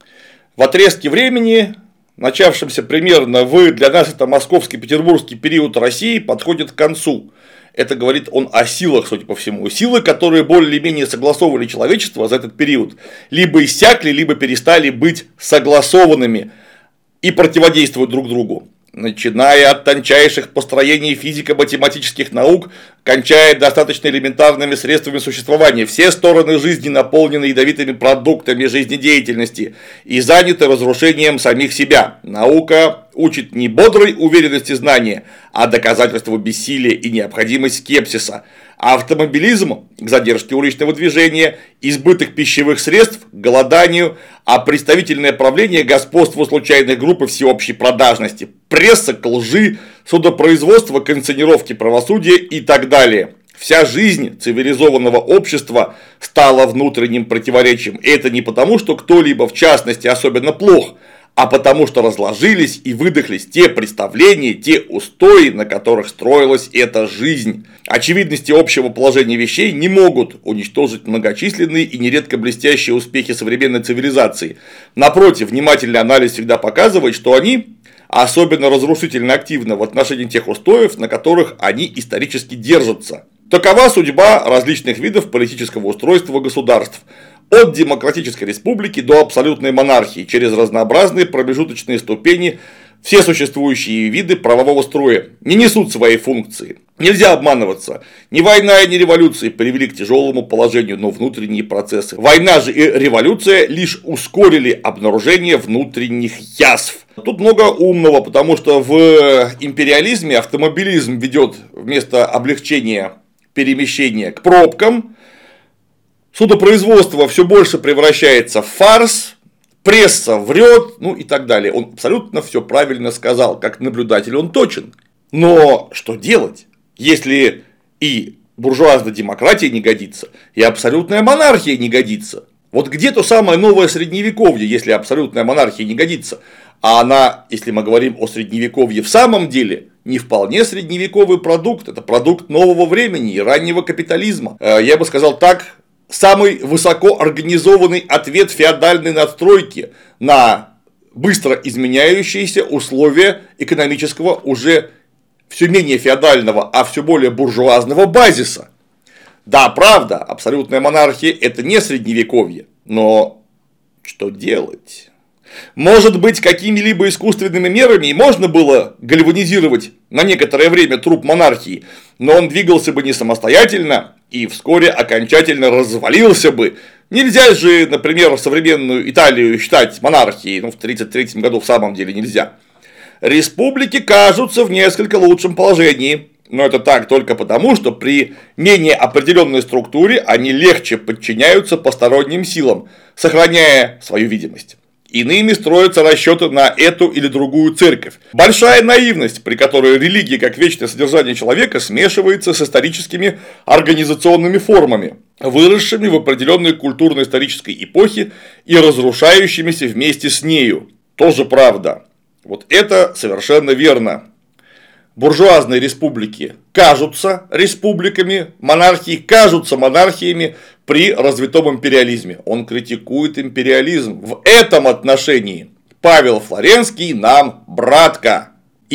В отрезке времени, начавшемся примерно для нас это московский, петербургский период России, подходит к концу. Это говорит он о силах, судя по всему. Силы, которые более-менее согласовывали человечество за этот период, либо иссякли, либо перестали быть согласованными и противодействуют друг другу. Начиная от тончайших построений физико-математических наук, кончая достаточно элементарными средствами существования, все стороны жизни наполнены ядовитыми продуктами жизнедеятельности и заняты разрушением самих себя. Наука учит не бодрой уверенности знания, а доказательству бессилия и необходимость скепсиса. Автомобилизм к задержке уличного движения, избыток пищевых средств к голоданию, а представительное правление господству случайных групп и всеобщей продажности, пресса к лжи, судопроизводство к инсценировке правосудия и так далее. Вся жизнь цивилизованного общества стала внутренним противоречием. И это не потому, что кто-либо в частности особенно плох, а потому что разложились и выдохлись те представления, те устои, на которых строилась эта жизнь. Очевидности общего положения вещей не могут уничтожить многочисленные и нередко блестящие успехи современной цивилизации. Напротив, внимательный анализ всегда показывает, что они особенно разрушительно активна в отношении тех устоев, на которых они исторически держатся. Такова судьба различных видов политического устройства государств. От демократической республики до абсолютной монархии, через разнообразные промежуточные ступени, все существующие виды правового строя не несут своей функции. Нельзя обманываться. Ни война, ни революция привели к тяжелому положению, но внутренние процессы. Война же и революция лишь ускорили обнаружение внутренних язв. Тут много умного, потому что в империализме автомобилизм ведет вместо облегчения перемещения к пробкам. Судопроизводство все больше превращается в фарс, пресса врет, ну и так далее. Он абсолютно все правильно сказал, как наблюдатель он точен. Но что делать, если и буржуазная демократия не годится, и абсолютная монархия не годится? Вот где то самое новое средневековье, если абсолютная монархия не годится? А она, если мы говорим о средневековье в самом деле, не вполне средневековый продукт, это продукт нового времени и раннего капитализма. Я бы сказал так, самый высокоорганизованный ответ феодальной надстройки на быстро изменяющиеся условия экономического уже все менее феодального, а все более буржуазного базиса. Да, правда, абсолютная монархия – это не средневековье, но что делать? Может быть, какими-либо искусственными мерами и можно было гальванизировать на некоторое время труп монархии, но он двигался бы не самостоятельно и вскоре окончательно развалился бы. Нельзя же, например, современную Италию считать монархией, в 1933 году в самом деле нельзя. Республики кажутся в несколько лучшем положении, но это так только потому, что при менее определенной структуре они легче подчиняются посторонним силам, сохраняя свою видимость. Иными строятся расчеты на эту или другую церковь. Большая наивность, при которой религия как вечное содержание человека смешивается с историческими организационными формами, выросшими в определенной культурно-исторической эпохе и разрушающимися вместе с нею. Тоже правда. Вот это совершенно верно. Буржуазные республики кажутся республиками, монархии кажутся монархиями при развитом империализме. Он критикует империализм. В этом отношении Павел Флоренский нам братка.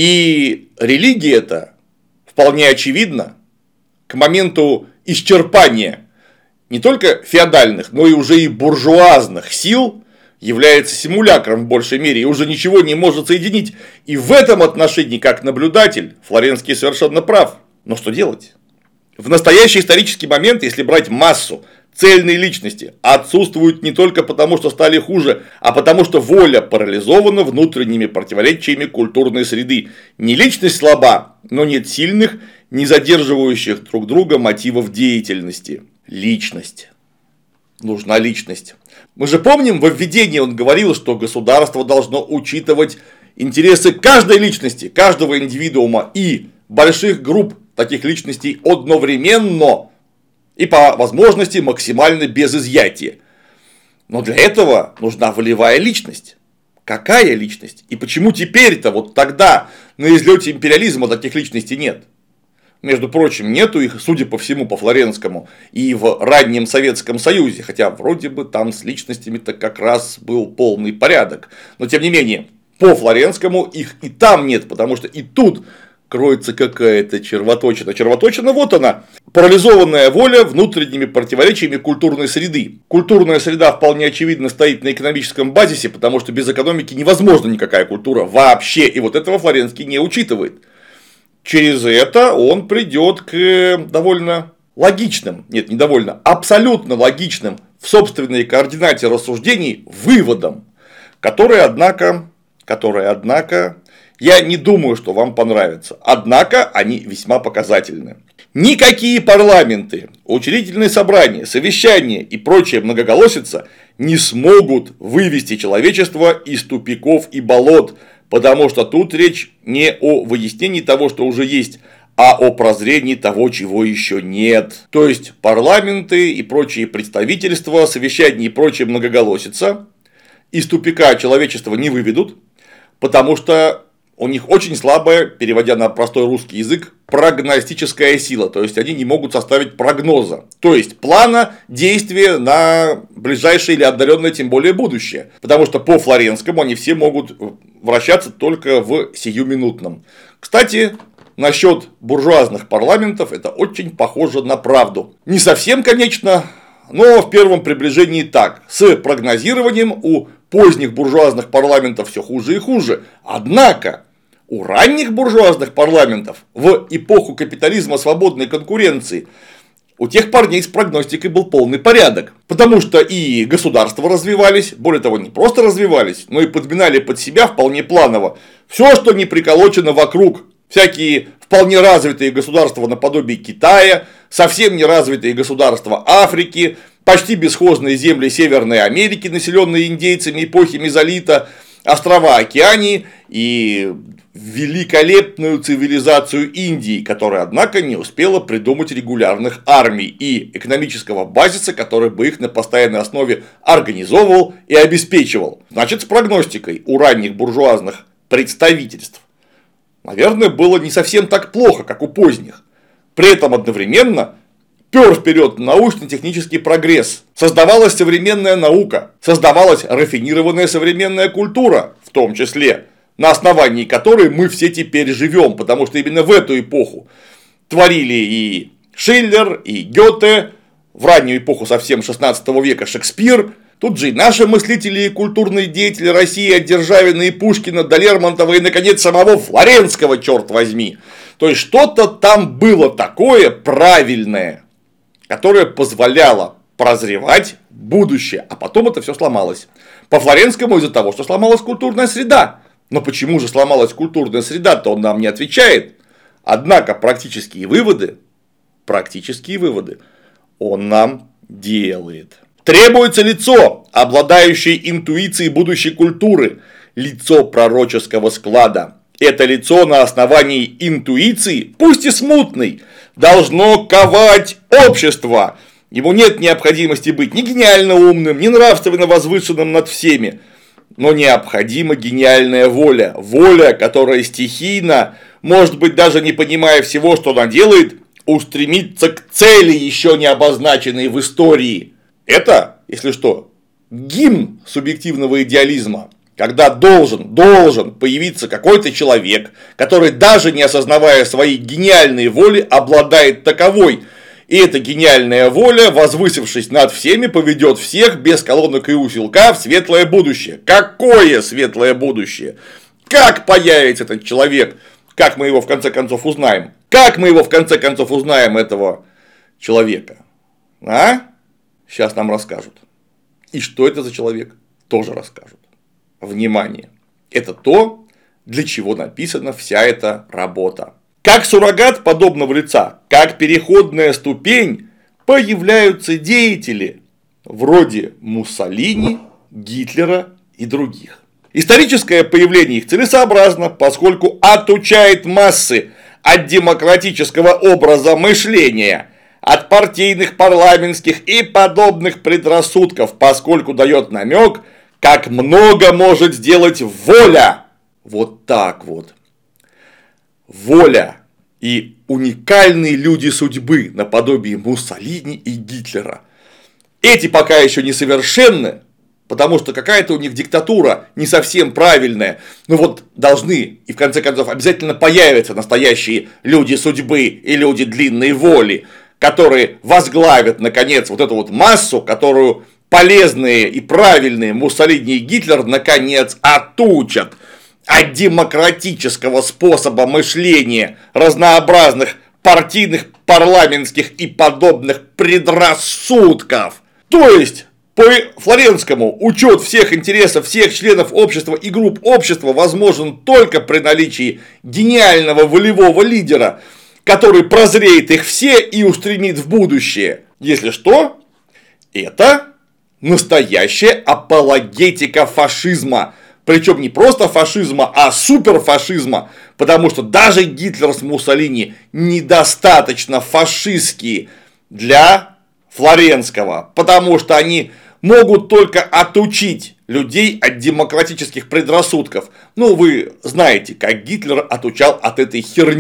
И религия эта вполне очевидно к моменту исчерпания не только феодальных, но и уже и буржуазных сил является симулякром в большей мере и уже ничего не может соединить. И в этом отношении, как наблюдатель, Флоренский совершенно прав. Но что делать? В настоящий исторический момент, если брать массу, цельные личности отсутствуют не только потому, что стали хуже, а потому, что воля парализована внутренними противоречиями культурной среды. Не личность слаба, но нет сильных, не задерживающих друг друга мотивов деятельности. Личность. Нужна личность. Мы же помним, во введении он говорил, что государство должно учитывать интересы каждой личности, каждого индивидуума и больших групп таких личностей одновременно и по возможности максимально без изъятия. Но для этого нужна волевая личность. Какая личность? И почему теперь-то, вот тогда, на излете империализма таких личностей нет? Между прочим, нету их, судя по всему, по Флоренскому, и в раннем Советском Союзе, хотя вроде бы там с личностями-то как раз был полный порядок. Но тем не менее, по Флоренскому их и там нет, потому что и тут кроется какая-то червоточина. Червоточина, вот она, парализованная воля внутренними противоречиями культурной среды. Культурная среда вполне очевидно стоит на экономическом базисе, потому что без экономики невозможна никакая культура вообще, и вот этого Флоренский не учитывает. Через это он придет к довольно логичным, нет, не довольно, абсолютно логичным в собственной координате рассуждений выводам, которые, однако, я не думаю, что вам понравятся. Однако, они весьма показательны. Никакие парламенты, учредительные собрания, совещания и прочая многоголосица не смогут вывести человечество из тупиков и болот, потому что тут речь не о выяснении того, что уже есть, а о прозрении того, чего еще нет. То есть парламенты и прочие представительства, совещания и прочая многоголосица из тупика человечества не выведут, потому что у них очень слабое, переводя на простой русский язык, прогностическая сила, то есть они не могут составить прогноза, то есть плана действия на ближайшее или отдаленное, тем более будущее, потому что по Флоренскому они все могут вращаться только в сиюминутном. Кстати, насчет буржуазных парламентов это очень похоже на правду. Не совсем, конечно, но в первом приближении так. С прогнозированием у поздних буржуазных парламентов все хуже и хуже. Однако у ранних буржуазных парламентов в эпоху капитализма свободной конкуренции у тех парней с прогностикой был полный порядок. Потому что и государства развивались, более того, не просто развивались, но и подминали под себя вполне планово все, что не приколочено вокруг. Всякие вполне развитые государства наподобие Китая, совсем неразвитые государства Африки, почти бесхозные земли Северной Америки, населенные индейцами эпохи мезолита, острова Океании и великолепную цивилизацию Индии, которая, однако, не успела придумать регулярных армий и экономического базиса, который бы их на постоянной основе организовывал и обеспечивал. Значит, с прогностикой у ранних буржуазных представительств, наверное, было не совсем так плохо, как у поздних. При этом одновременно пёр вперед научно-технический прогресс, создавалась современная наука, создавалась рафинированная современная культура, в том числе, на основании которой мы все теперь живем, потому что именно в эту эпоху творили и Шиллер, и Гёте, в раннюю эпоху совсем 16 века Шекспир, тут же и наши мыслители и культурные деятели России от Державина и Пушкина до Лермонтова и, наконец, самого Флоренского, черт возьми. То есть, что-то там было такое правильное, которое позволяло прозревать будущее, а потом это все сломалось. По Флоренскому из-за того, что сломалась культурная среда. Но почему же сломалась культурная среда-то, он нам не отвечает. Однако практические выводы он нам делает. Требуется лицо, обладающее интуицией будущей культуры, лицо пророческого склада. Это лицо на основании интуиции, пусть и смутной, должно ковать общество. Ему нет необходимости быть ни гениально умным, ни нравственно возвышенным над всеми. Но необходима гениальная воля. Воля, которая стихийно, может быть, даже не понимая всего, что она делает, устремится к цели, еще не обозначенной в истории. Это, если что, гимн субъективного идеализма. Когда должен появиться какой-то человек, который, даже не осознавая своей гениальной воли, обладает таковой. И эта гениальная воля, возвысившись над всеми, поведет всех без колонок и усилка в светлое будущее. Какое светлое будущее? Как появится этот человек? Как мы его в конце концов узнаем? Как мы его в конце концов узнаем, этого человека? А? Сейчас нам расскажут. И что это за человек? Тоже расскажут. Внимание! Это то, для чего написана вся эта работа. Как суррогат подобного лица, как переходная ступень, появляются деятели вроде Муссолини, Гитлера и других. Историческое появление их целесообразно, поскольку отучает массы от демократического образа мышления, от партийных, парламентских и подобных предрассудков, поскольку дает намек, как много может сделать воля. Вот так вот. Воля и уникальные люди судьбы наподобие Муссолини и Гитлера. Эти пока еще несовершенны, потому что какая-то у них диктатура не совсем правильная. Но вот должны и в конце концов обязательно появятся настоящие люди судьбы и люди длинной воли, которые возглавят наконец вот эту вот массу, которую полезные и правильные Муссолини и Гитлер наконец отучат от демократического способа мышления, разнообразных партийных, парламентских и подобных предрассудков. То есть, по Флоренскому, учет всех интересов всех членов общества и групп общества возможен только при наличии гениального волевого лидера, который прозреет их все и устремит в будущее. Если что, это настоящая апологетика фашизма. Причем не просто фашизма, а суперфашизма, потому что даже Гитлер с Муссолини недостаточно фашистские для Флоренского, потому что они могут только отучить людей от демократических предрассудков. Ну, вы знаете, как Гитлер отучал от этой херни.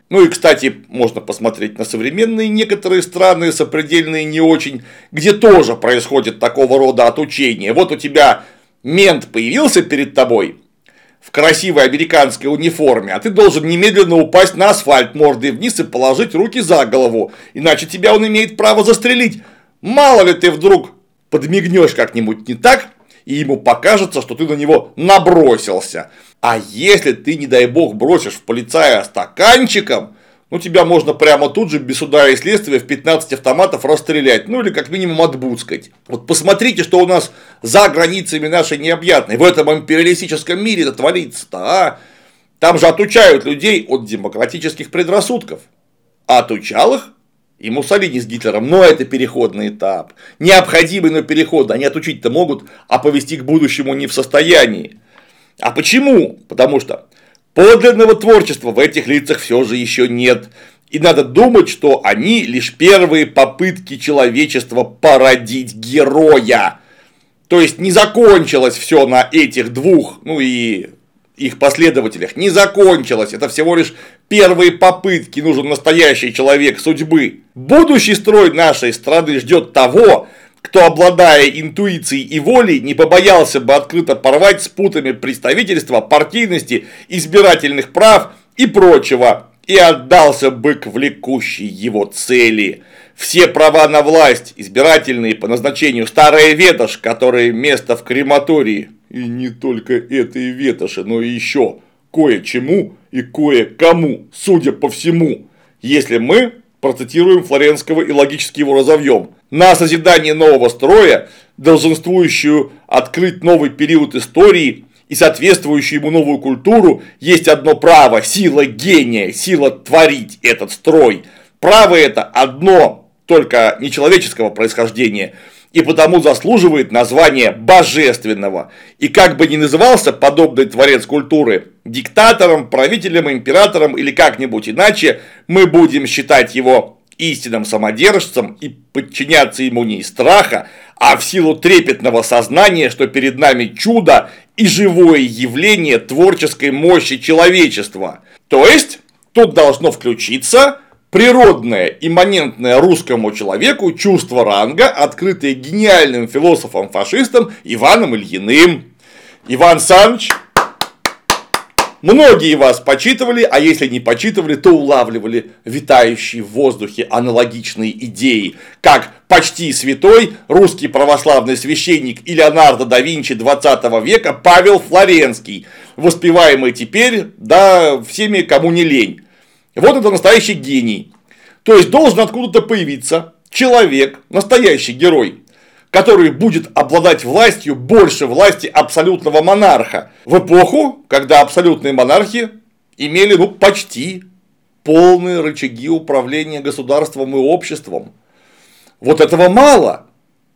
Ну и, кстати, можно посмотреть на современные некоторые страны, сопредельные не очень, где тоже происходит такого рода отучение. Вот у тебя мент появился перед тобой в красивой американской униформе, а ты должен немедленно упасть на асфальт мордой вниз и положить руки за голову, иначе тебя он имеет право застрелить. Мало ли ты вдруг подмигнешь как-нибудь не так, и ему покажется, что ты на него набросился. А если ты, не дай бог, бросишь в полицая стаканчиком, ну тебя можно прямо тут же без суда и следствия в 15 автоматов расстрелять, ну или как минимум отбудскать. Вот посмотрите, что у нас за границами нашей необъятной, в этом империалистическом мире это творится-то, а? Там же отучают людей от демократических предрассудков. А отучал их и Муссолини с Гитлером, но это переходный этап. Необходимый, но переход. Они отучить-то могут, а повести к будущему не в состоянии. А почему? Потому что подлинного творчества в этих лицах все же еще нет. И надо думать, что они лишь первые попытки человечества породить героя. То есть не закончилось все на этих двух, ну и их последователях. Не закончилось. Это всего лишь первые попытки. Нужен настоящий человек судьбы. Будущий строй нашей страны ждет того, кто, обладая интуицией и волей, не побоялся бы открыто порвать с путами представительства, партийности, избирательных прав и прочего, и отдался бы к влекущей его цели. Все права на власть, избирательные по назначению, старая ветошь, которая место в крематории. И не только этой ветоши, но и еще кое-чему и кое-кому, судя по всему, если мы процитируем Флоренского и логически его разовьем. На созидание нового строя, долженствующую открыть новый период истории и соответствующую ему новую культуру, есть одно право – сила гения, сила творить этот строй. Право это одно, только нечеловеческого происхождения, и потому заслуживает названия божественного. И как бы ни назывался подобный творец культуры – диктатором, правителем, императором или как-нибудь иначе, мы будем считать его истинным самодержцем и подчиняться ему не из страха, а в силу трепетного сознания, что перед нами чудо и живое явление творческой мощи человечества. То есть, тут должно включиться природное, имманентное русскому человеку чувство ранга, открытое гениальным философом-фашистом Иваном Ильиным. Иван Саныч, многие вас почитывали, а если не почитывали, то улавливали витающие в воздухе аналогичные идеи, как почти святой русский православный священник и Леонардо да Винчи 20 века Павел Флоренский, воспеваемый теперь, да, всеми, кому не лень. Вот это настоящий гений. То есть должен откуда-то появиться человек, настоящий герой, который будет обладать властью больше власти абсолютного монарха. В эпоху, когда абсолютные монархи имели, ну, почти полные рычаги управления государством и обществом. Вот этого мало.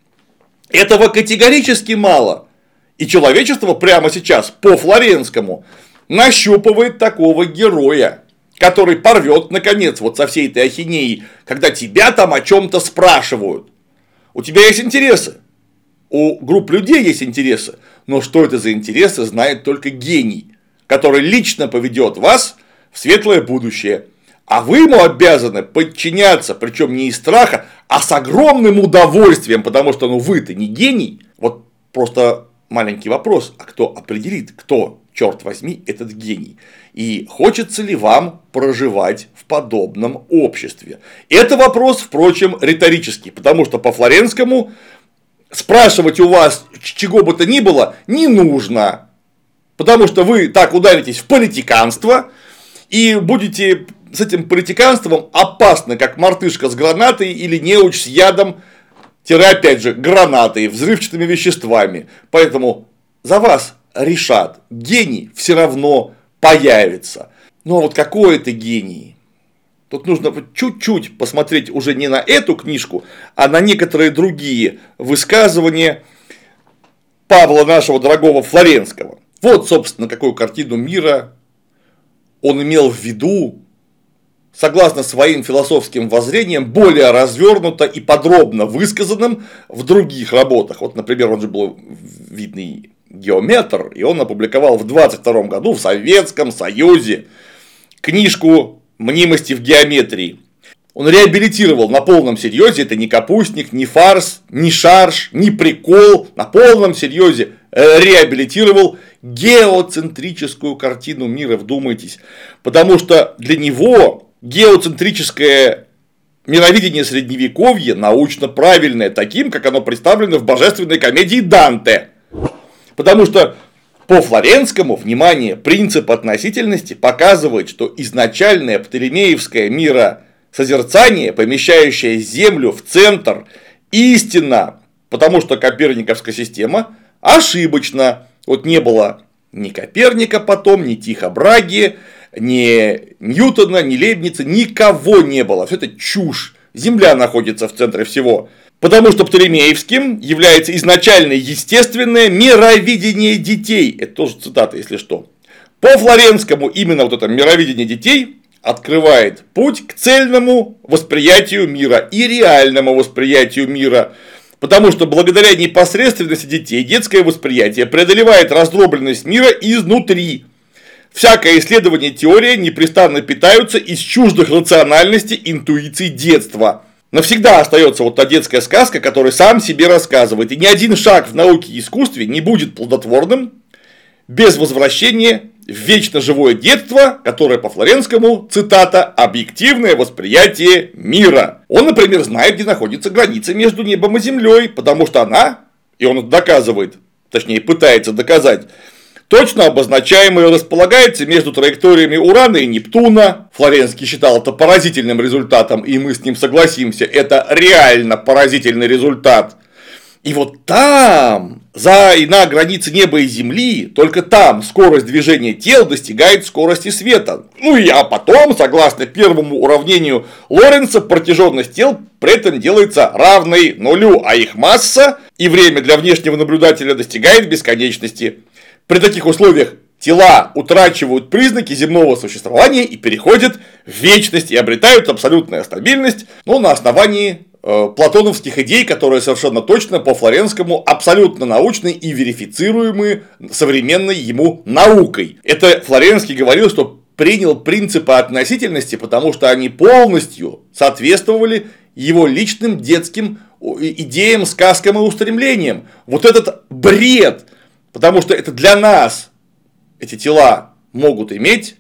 Этого категорически мало. И человечество прямо сейчас по Флоренскому нащупывает такого героя, который порвет, наконец, вот со всей этой ахинеей, когда тебя там о чем-то спрашивают. У тебя есть интересы, у групп людей есть интересы, но что это за интересы, знает только гений, который лично поведет вас в светлое будущее. А вы ему обязаны подчиняться, причем не из страха, а с огромным удовольствием, потому что, ну, вы-то не гений. Вот просто маленький вопрос, а кто определит, кто, черт возьми, этот гений? И хочется ли вам проживать в подобном обществе? Это вопрос, впрочем, риторический, потому что по Флоренскому спрашивать у вас чего бы то ни было не нужно, потому что вы так ударитесь в политиканство и будете с этим политиканством опасны, как мартышка с гранатой или неуч с ядом, опять же, гранатой, взрывчатыми веществами. Поэтому за вас решат, гений все равно появится. Но вот какой это гений? Тут нужно чуть-чуть посмотреть уже не на эту книжку, а на некоторые другие высказывания Павла нашего дорогого Флоренского. Вот, собственно, какую картину мира он имел в виду, согласно своим философским воззрениям, более развернуто и подробно высказанным в других работах. Вот, например, он же был видный геометр, и он опубликовал в 22 году в Советском Союзе книжку мнимости в геометрии. Он реабилитировал на полном серьезе, это не капустник, не фарс, не шарж, не прикол, на полном серьезе реабилитировал геоцентрическую картину мира, вдумайтесь. Потому что для него геоцентрическое мировидение средневековья научно правильное, таким, как оно представлено в божественной комедии Данте. Потому что по Флоренскому, внимание, принцип относительности показывает, что изначальное птолемеевское миросозерцание, помещающее Землю в центр, истинно, потому что коперниковская система ошибочна. Вот не было ни Коперника потом, ни Тихо Браги, ни Ньютона, ни Лейбница, никого не было. Все это чушь. Земля находится в центре всего. Потому что Птолемеевским является изначально естественное мировидение детей. Это тоже цитата, если что. По Флоренскому именно вот это мировидение детей открывает путь к цельному восприятию мира и реальному восприятию мира. Потому что благодаря непосредственности детей детское восприятие преодолевает раздробленность мира изнутри. Всякое исследование теории непрестанно питаются из чуждых рациональности интуиций детства. Навсегда остается вот та детская сказка, которая сам себе рассказывает. И ни один шаг в науке и искусстве не будет плодотворным без возвращения в вечно живое детство, которое по Флоренскому, цитата, объективное восприятие мира. Он, например, знает, где находится граница между небом и землей, потому что она, и он это доказывает, точнее пытается доказать, точно обозначаемое располагается между траекториями Урана и Нептуна. Флоренский считал это поразительным результатом, и мы с ним согласимся, это реально поразительный результат. И вот там, за и на границе неба и земли, только там скорость движения тел достигает скорости света. Ну и а потом, согласно первому уравнению Лоренца, протяженность тел при этом делается равной нулю, а их масса и время для внешнего наблюдателя достигает бесконечности. При таких условиях тела утрачивают признаки земного существования и переходят в вечность и обретают абсолютную стабильность, но на основании платоновских идей, которые совершенно точно по Флоренскому абсолютно научны и верифицируемы современной ему наукой. Это Флоренский говорил, что принял принципы относительности, потому что они полностью соответствовали его личным детским идеям, сказкам и устремлениям. Вот этот бред, потому что это для нас эти тела могут иметь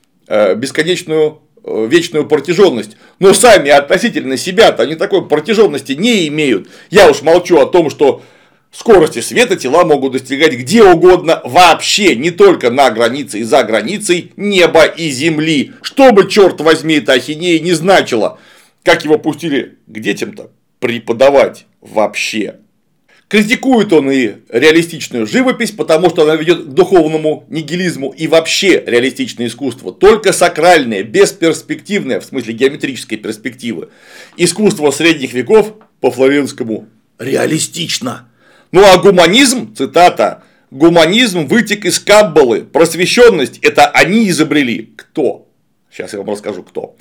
бесконечную вечную протяженность, но сами относительно себя-то они такой протяженности не имеют. Я уж молчу о том, что скорости света тела могут достигать где угодно вообще, не только на границе и за границей неба и земли. Что бы, черт возьми, это ахинея не значило, как его пустили к детям-то преподавать вообще. Критикует он и реалистичную живопись, потому что она ведет к духовному нигилизму, и вообще реалистичное искусство, только сакральное, бесперспективное, в смысле геометрической перспективы. Искусство средних веков по Флоренскому реалистично. Ну а гуманизм, цитата, гуманизм вытек из Каббалы, просвещенность это они изобрели. Кто? Сейчас я вам расскажу, кто.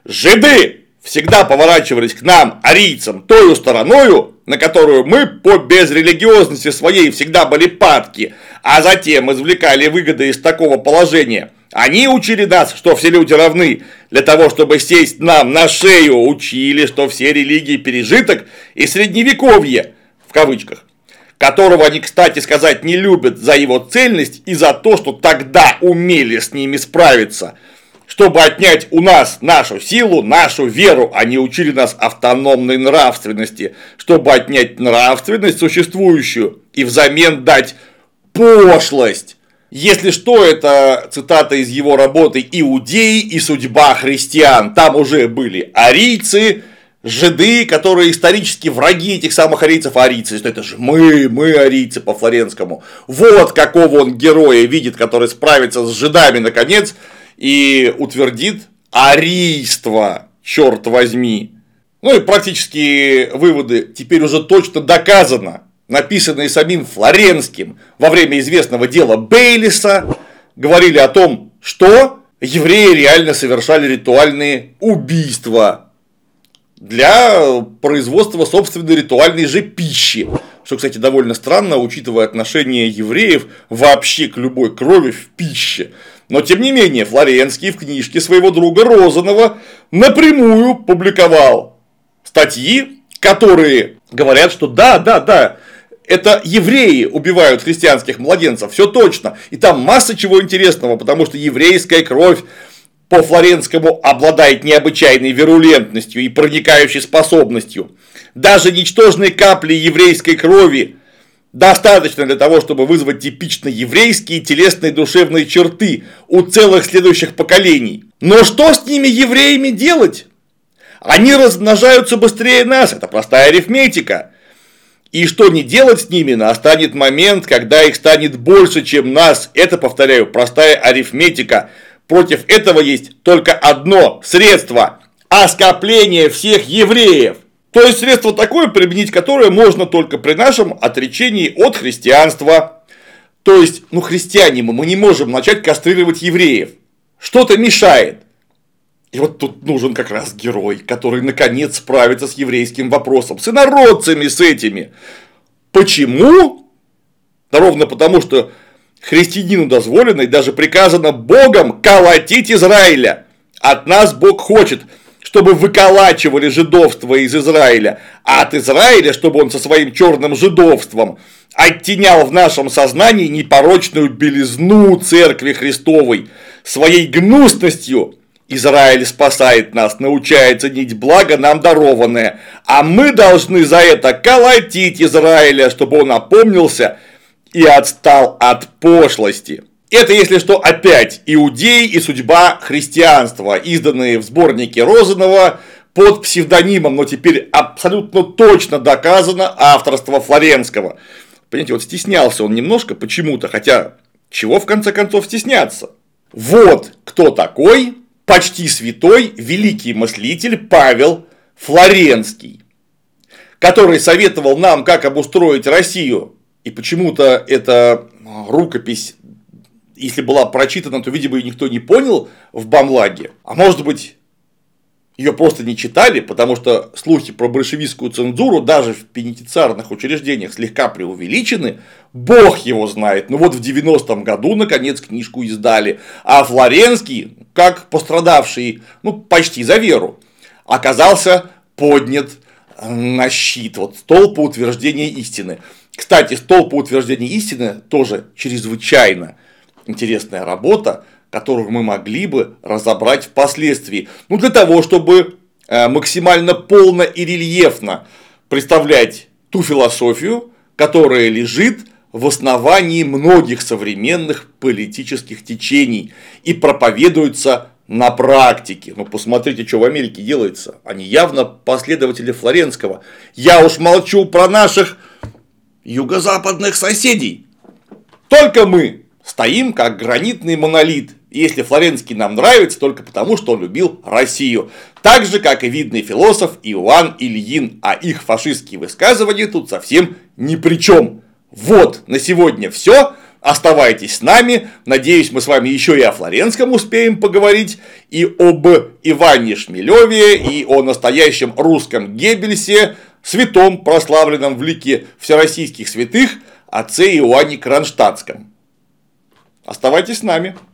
Жиды всегда поворачивались к нам, арийцам, тою стороною, на которую мы по безрелигиозности своей всегда были падки, а затем извлекали выгоды из такого положения. Они учили нас, что все люди равны, для того, чтобы сесть нам на шею, учили, что все религии пережиток и средневековье, в кавычках, которого они, кстати сказать, не любят за его цельность и за то, что тогда умели с ними справиться. Чтобы отнять у нас нашу силу, нашу веру, они учили нас автономной нравственности, чтобы отнять нравственность существующую и взамен дать пошлость. Если что, это цитата из его работы «Иудеи и судьба христиан». Там уже были арийцы, жиды, которые исторически враги этих самых арийцев, арийцы, что это же мы арийцы по Флоренскому. Вот какого он героя видит, который справится с жидами наконец и утвердит арийство, черт возьми. Ну и практические выводы теперь уже точно доказано, написанные самим Флоренским во время известного дела Бейлиса, говорили о том, что евреи реально совершали ритуальные убийства для производства собственной ритуальной же пищи. Что, кстати, довольно странно, учитывая отношение евреев вообще к любой крови в пище. Но, тем не менее, Флоренский в книжке своего друга Розанова напрямую публиковал статьи, которые говорят, что да, это евреи убивают христианских младенцев, все точно. И там масса чего интересного, потому что еврейская кровь по Флоренскому обладает необычайной вирулентностью и проникающей способностью. Даже ничтожные капли еврейской крови достаточно для того, чтобы вызвать типично еврейские телесные и душевные черты у целых следующих поколений. Но что с ними, евреями, делать? Они размножаются быстрее нас, это простая арифметика. И что не делать с ними, настанет момент, когда их станет больше, чем нас. Это, повторяю, простая арифметика. Против этого есть только одно средство – оскопление всех евреев. То есть средство такое, применить которое можно только при нашем отречении от христианства. То есть, христиане мы не можем начать кастрировать евреев. Что-то мешает. И вот тут нужен как раз герой, который наконец справится с еврейским вопросом, с инородцами с этими. Почему? Да ровно потому, что христианину дозволено и даже приказано Богом колотить Израиля. От нас Бог хочет, чтобы выколачивали жидовство из Израиля, а от Израиля, чтобы он со своим черным жидовством оттенял в нашем сознании непорочную белизну Церкви Христовой. Своей гнусностью Израиль спасает нас, научает ценить благо нам дарованное, а мы должны за это колотить Израиля, чтобы он опомнился и отстал от пошлости. Это, если что, опять Иудеи и судьба христианства, изданные в сборнике Розанова под псевдонимом, но теперь абсолютно точно доказано авторство Флоренского. Понимаете, вот стеснялся он немножко почему-то, хотя чего в конце концов стесняться? Вот кто такой почти святой великий мыслитель Павел Флоренский, который советовал нам, как обустроить Россию, и почему-то эта рукопись, если была прочитана, то, видимо, и никто не понял в Бамлаге. А может быть, ее просто не читали, потому что слухи про большевистскую цензуру даже в пенитенциарных учреждениях слегка преувеличены. Бог его знает. Ну вот в 90-м году, наконец, книжку издали. А Флоренский, как пострадавший, почти за веру, оказался поднят на щит. Вот столб по утверждению истины. Кстати, столб по утверждению истины тоже чрезвычайно интересная работа, которую мы могли бы разобрать впоследствии. Для того, чтобы максимально полно и рельефно представлять ту философию, которая лежит в основании многих современных политических течений и проповедуется на практике. Посмотрите, что в Америке делается. Они явно последователи Флоренского. Я уж молчу про наших юго-западных соседей. Только мы стоим как гранитный монолит. Если Флоренский нам нравится, только потому, что он любил Россию. Так же, как и видный философ Иоанн Ильин, а их фашистские высказывания тут совсем ни при чем. Вот, на сегодня все. Оставайтесь с нами. Надеюсь, мы с вами еще и о Флоренском успеем поговорить, и об Иване Шмелеве, и о настоящем русском Геббельсе, святом, прославленном в лике всероссийских святых, отце Иоанне Кронштадтском. Оставайтесь с нами.